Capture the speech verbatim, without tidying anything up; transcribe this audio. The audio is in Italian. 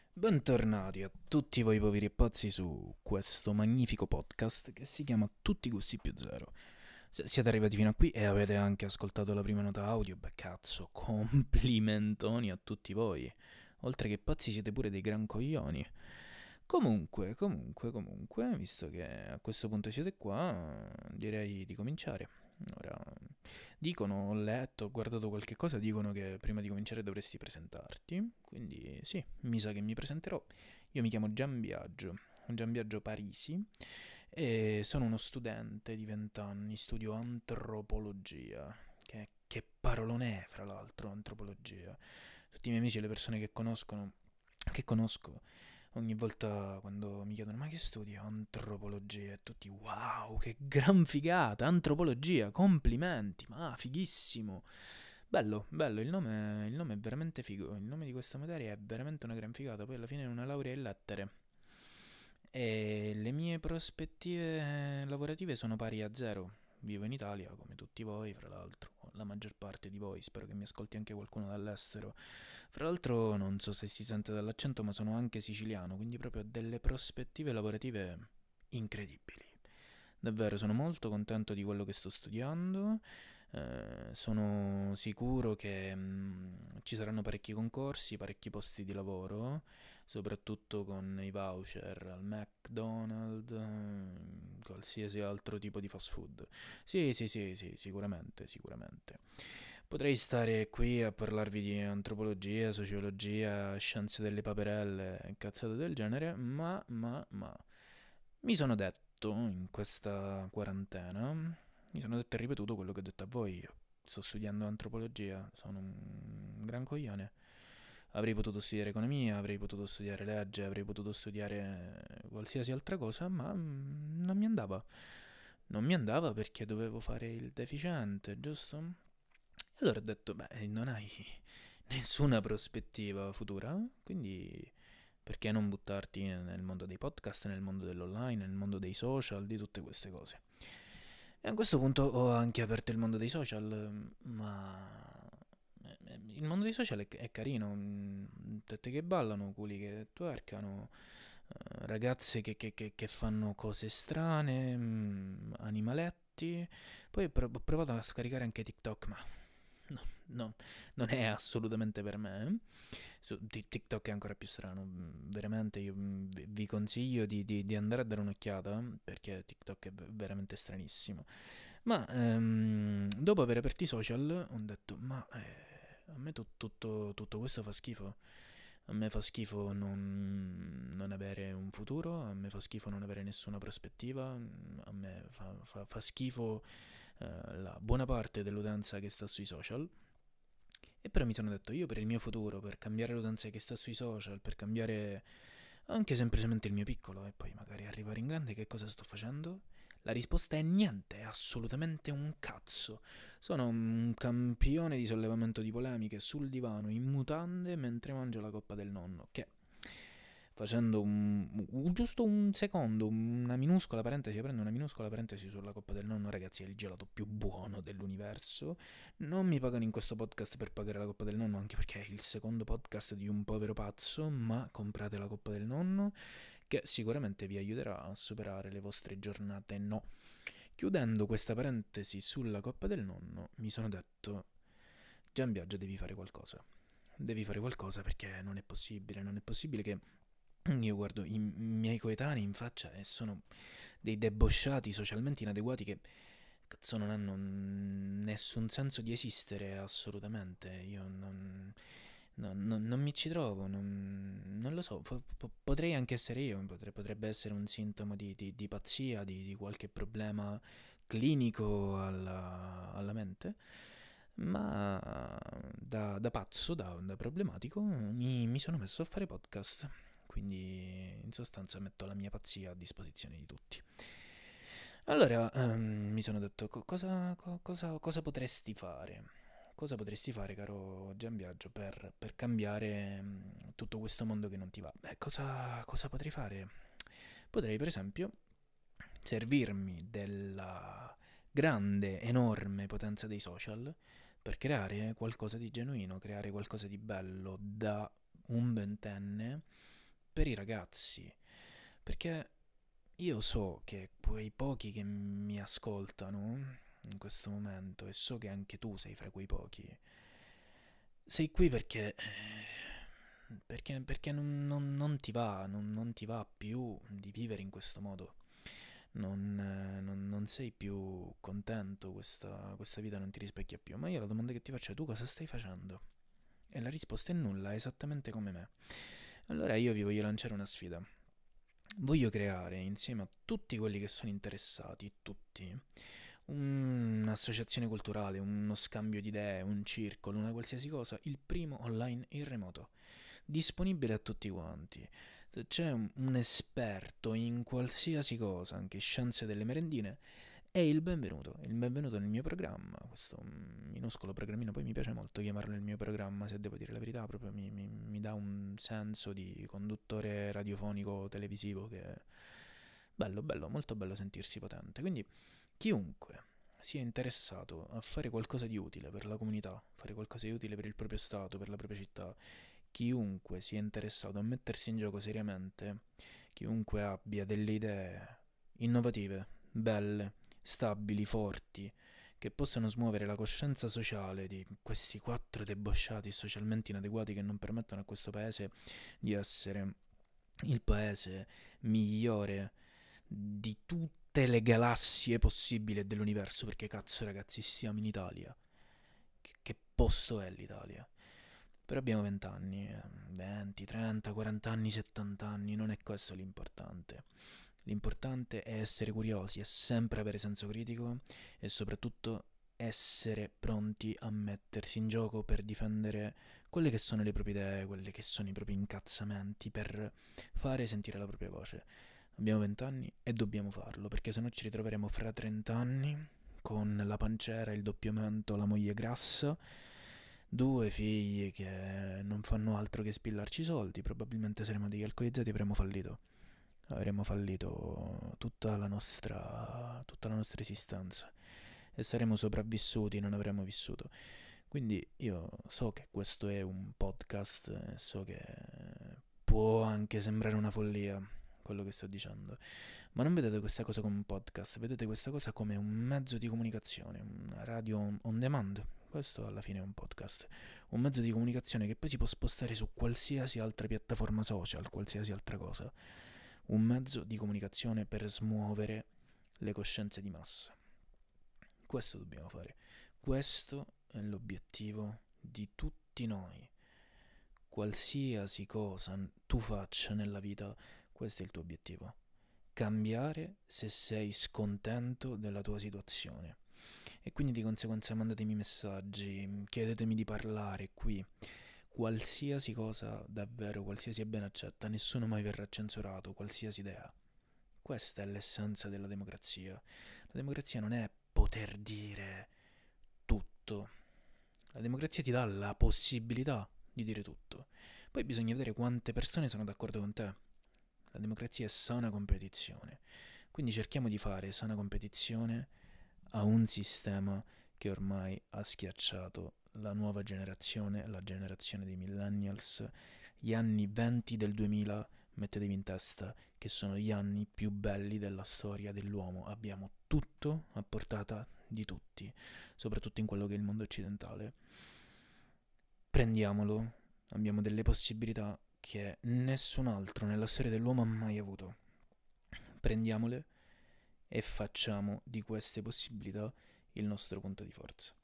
Bentornati a tutti voi poveri e pazzi su questo magnifico podcast che si chiama Tutti i gusti più zero. Se siete arrivati fino a qui e avete anche ascoltato la prima nota audio, beh cazzo, complimentoni a tutti voi. Oltre che pazzi siete pure dei gran coglioni. Comunque, comunque, comunque, visto che a questo punto siete qua, direi di cominciare. Ora, dicono, ho letto, ho guardato qualche cosa, dicono che prima di cominciare dovresti presentarti, quindi sì, mi sa che mi presenterò. Io mi chiamo Gianbiagio, Gianbiagio Parisi, e sono uno studente di venti anni, studio antropologia, che, che parolone è, fra l'altro, antropologia. Tutti i miei amici e le persone che conoscono, che conosco, ogni volta quando mi chiedono ma che studi? Antropologia, e tutti wow, che gran figata, antropologia, complimenti, ma fighissimo. Bello, bello, il nome, il nome è veramente figo, il nome di questa materia è veramente una gran figata, poi alla fine è una laurea in lettere. E le mie prospettive lavorative sono pari a zero. Vivo in Italia, come tutti voi, fra l'altro, la maggior parte di voi, spero che mi ascolti anche qualcuno dall'estero. Fra l'altro, non so se si sente dall'accento, ma sono anche siciliano, quindi proprio ho delle prospettive lavorative incredibili. Davvero, sono molto contento di quello che sto studiando. Eh, sono sicuro che mh, ci saranno parecchi concorsi, parecchi posti di lavoro, soprattutto con i voucher al McDonald's, eh, qualsiasi altro tipo di fast food. Sì, sì, sì, sì, sicuramente, sicuramente. Potrei stare qui a parlarvi di antropologia, sociologia, scienze delle paperelle e cazzate del genere, ma, ma, ma, mi sono detto in questa quarantena, mi sono detto e ripetuto quello che ho detto a voi. Io sto studiando antropologia, sono un gran coglione. Avrei potuto studiare economia, avrei potuto studiare legge, avrei potuto studiare qualsiasi altra cosa, ma mm, non mi andava. Non mi andava perché dovevo fare il deficiente, giusto? E allora ho detto, beh, non hai nessuna prospettiva futura, quindi perché non buttarti nel mondo dei podcast, nel mondo dell'online, nel mondo dei social, di tutte queste cose. E a questo punto ho anche aperto il mondo dei social, ma eh, il mondo dei social è, è carino, mm, tette che ballano, culi che twerkano, eh, ragazze che, che- che- che fanno cose strane, mm, animaletti. Poi ho prov- ho provato a scaricare anche TikTok, ma no, no, non è assolutamente per me. Su Ti- TikTok è ancora più strano, mm, veramente io mm, vi vi consiglio di, di- di andare a dare un'occhiata perché TikTok è ve- veramente stranissimo. Ma ehm, dopo aver aperto i social ho detto, ma eh, a me tu- tutto, tutto questo fa schifo. A me fa schifo non, non avere un futuro, a me fa schifo non avere nessuna prospettiva, mm, a me fa, fa- fa schifo eh, la buona parte dell'utenza che sta sui social. E però mi sono detto, io per il mio futuro, per cambiare l'utenza che sta sui social, per cambiare anche semplicemente il mio piccolo e poi magari arrivare in grande, che cosa sto facendo? La risposta è niente, è assolutamente un cazzo. Sono un campione di sollevamento di polemiche sul divano in mutande mentre mangio la coppa del nonno, che facendo un, un- giusto un secondo, una minuscola parentesi, prendo una minuscola parentesi sulla coppa del nonno, ragazzi, è il gelato più buono dell'universo. Non mi pagano in questo podcast per pagare la coppa del nonno, anche perché è il secondo podcast di un povero pazzo, ma comprate la coppa del nonno, che sicuramente vi aiuterà a superare le vostre giornate no. Chiudendo questa parentesi sulla coppa del nonno, mi sono detto, Gianbiagio, devi fare qualcosa. Devi fare qualcosa perché non è possibile, non è possibile che io guardo i miei coetanei in faccia e sono dei debosciati socialmente inadeguati che cazzo non hanno nessun senso di esistere assolutamente. Io non, non- non- non mi ci trovo, non, non lo so. Po- po- potrei anche essere io, potre- potrebbe essere un sintomo di, di- di pazzia, di, di qualche problema clinico alla, alla mente. Ma da, da pazzo, da, da problematico, mi, mi sono messo a fare podcast. Quindi in sostanza metto la mia pazzia a disposizione di tutti. Allora, ehm, mi sono detto, co- cosa, co- cosa- cosa potresti fare? Cosa potresti fare, caro Gianbiagio, per, per cambiare mm, tutto questo mondo che non ti va? Beh, cosa, cosa potrei fare? Potrei, per esempio, servirmi della grande, enorme potenza dei social per creare qualcosa di genuino, creare qualcosa di bello da un ventenne per i ragazzi, perché io so che quei pochi che mi ascoltano in questo momento, e so che anche tu sei fra quei pochi, sei qui perché perché, perché non, non- non ti va, non, non ti va più di vivere in questo modo. Non, eh, non- non sei più contento, questa, questa vita non ti rispecchia più. Ma io la domanda che ti faccio è: tu cosa stai facendo? E la risposta è nulla, esattamente come me. Allora io vi voglio lanciare una sfida. Voglio creare insieme a tutti quelli che sono interessati, tutti, un'associazione culturale, uno scambio di idee, un circolo, una qualsiasi cosa, il primo online in remoto, disponibile a tutti quanti. Se c'è un, un esperto in qualsiasi cosa, anche scienze delle merendine, è il benvenuto, il benvenuto nel mio programma, questo minuscolo programmino, poi mi piace molto chiamarlo il mio programma, se devo dire la verità, proprio mi, mi, mi dà un senso di conduttore radiofonico televisivo che è bello, bello, molto bello sentirsi potente. Quindi chiunque sia interessato a fare qualcosa di utile per la comunità, fare qualcosa di utile per il proprio stato, per la propria città, chiunque sia interessato a mettersi in gioco seriamente, chiunque abbia delle idee innovative, belle, stabili, forti, che possano smuovere la coscienza sociale di questi quattro debosciati socialmente inadeguati che non permettono a questo paese di essere il paese migliore di tutte le galassie possibili dell'universo, perché cazzo ragazzi siamo in Italia. Che, che posto è l'Italia? Però abbiamo venti anni, venti, trenta, quaranta anni, settanta anni, non è questo l'importante. L'importante è essere curiosi, è sempre avere senso critico e soprattutto essere pronti a mettersi in gioco per difendere quelle che sono le proprie idee, quelle che sono i propri incazzamenti, per fare sentire la propria voce. Abbiamo venti anni e dobbiamo farlo, perché sennò ci ritroveremo fra trenta anni con la pancera, il doppio mento, la moglie grassa, due figli che non fanno altro che spillarci soldi, probabilmente saremo degli alcolizzati e avremo fallito. Avremo fallito tutta la nostra, tutta la nostra esistenza e saremo sopravvissuti, non avremo vissuto. Quindi io so che questo è un podcast, e so che può anche sembrare una follia quello che sto dicendo, ma non vedete questa cosa come un podcast, vedete questa cosa come un mezzo di comunicazione, una radio on demand. Questo alla fine è un podcast, un mezzo di comunicazione che poi si può spostare su qualsiasi altra piattaforma social, qualsiasi altra cosa. Un mezzo di comunicazione per smuovere le coscienze di massa. Questo dobbiamo fare. Questo è l'obiettivo di tutti noi. Qualsiasi cosa tu faccia nella vita, questo è il tuo obiettivo. Cambiare se sei scontento della tua situazione. E quindi di conseguenza mandatemi messaggi, chiedetemi di parlare qui. Qualsiasi cosa, davvero, qualsiasi è ben accetta, nessuno mai verrà censurato, qualsiasi idea. Questa è l'essenza della democrazia. La democrazia non è poter dire tutto. La democrazia ti dà la possibilità di dire tutto. Poi bisogna vedere quante persone sono d'accordo con te. La democrazia è sana competizione. Quindi cerchiamo di fare sana competizione a un sistema che ormai ha schiacciato la nuova generazione, la generazione dei millennials. Gli anni venti del duemila, mettetevi in testa che sono gli anni più belli della storia dell'uomo. Abbiamo tutto a portata di tutti, soprattutto in quello che è il mondo occidentale. Prendiamolo, abbiamo delle possibilità che nessun altro nella storia dell'uomo ha mai avuto. Prendiamole e facciamo di queste possibilità il nostro punto di forza.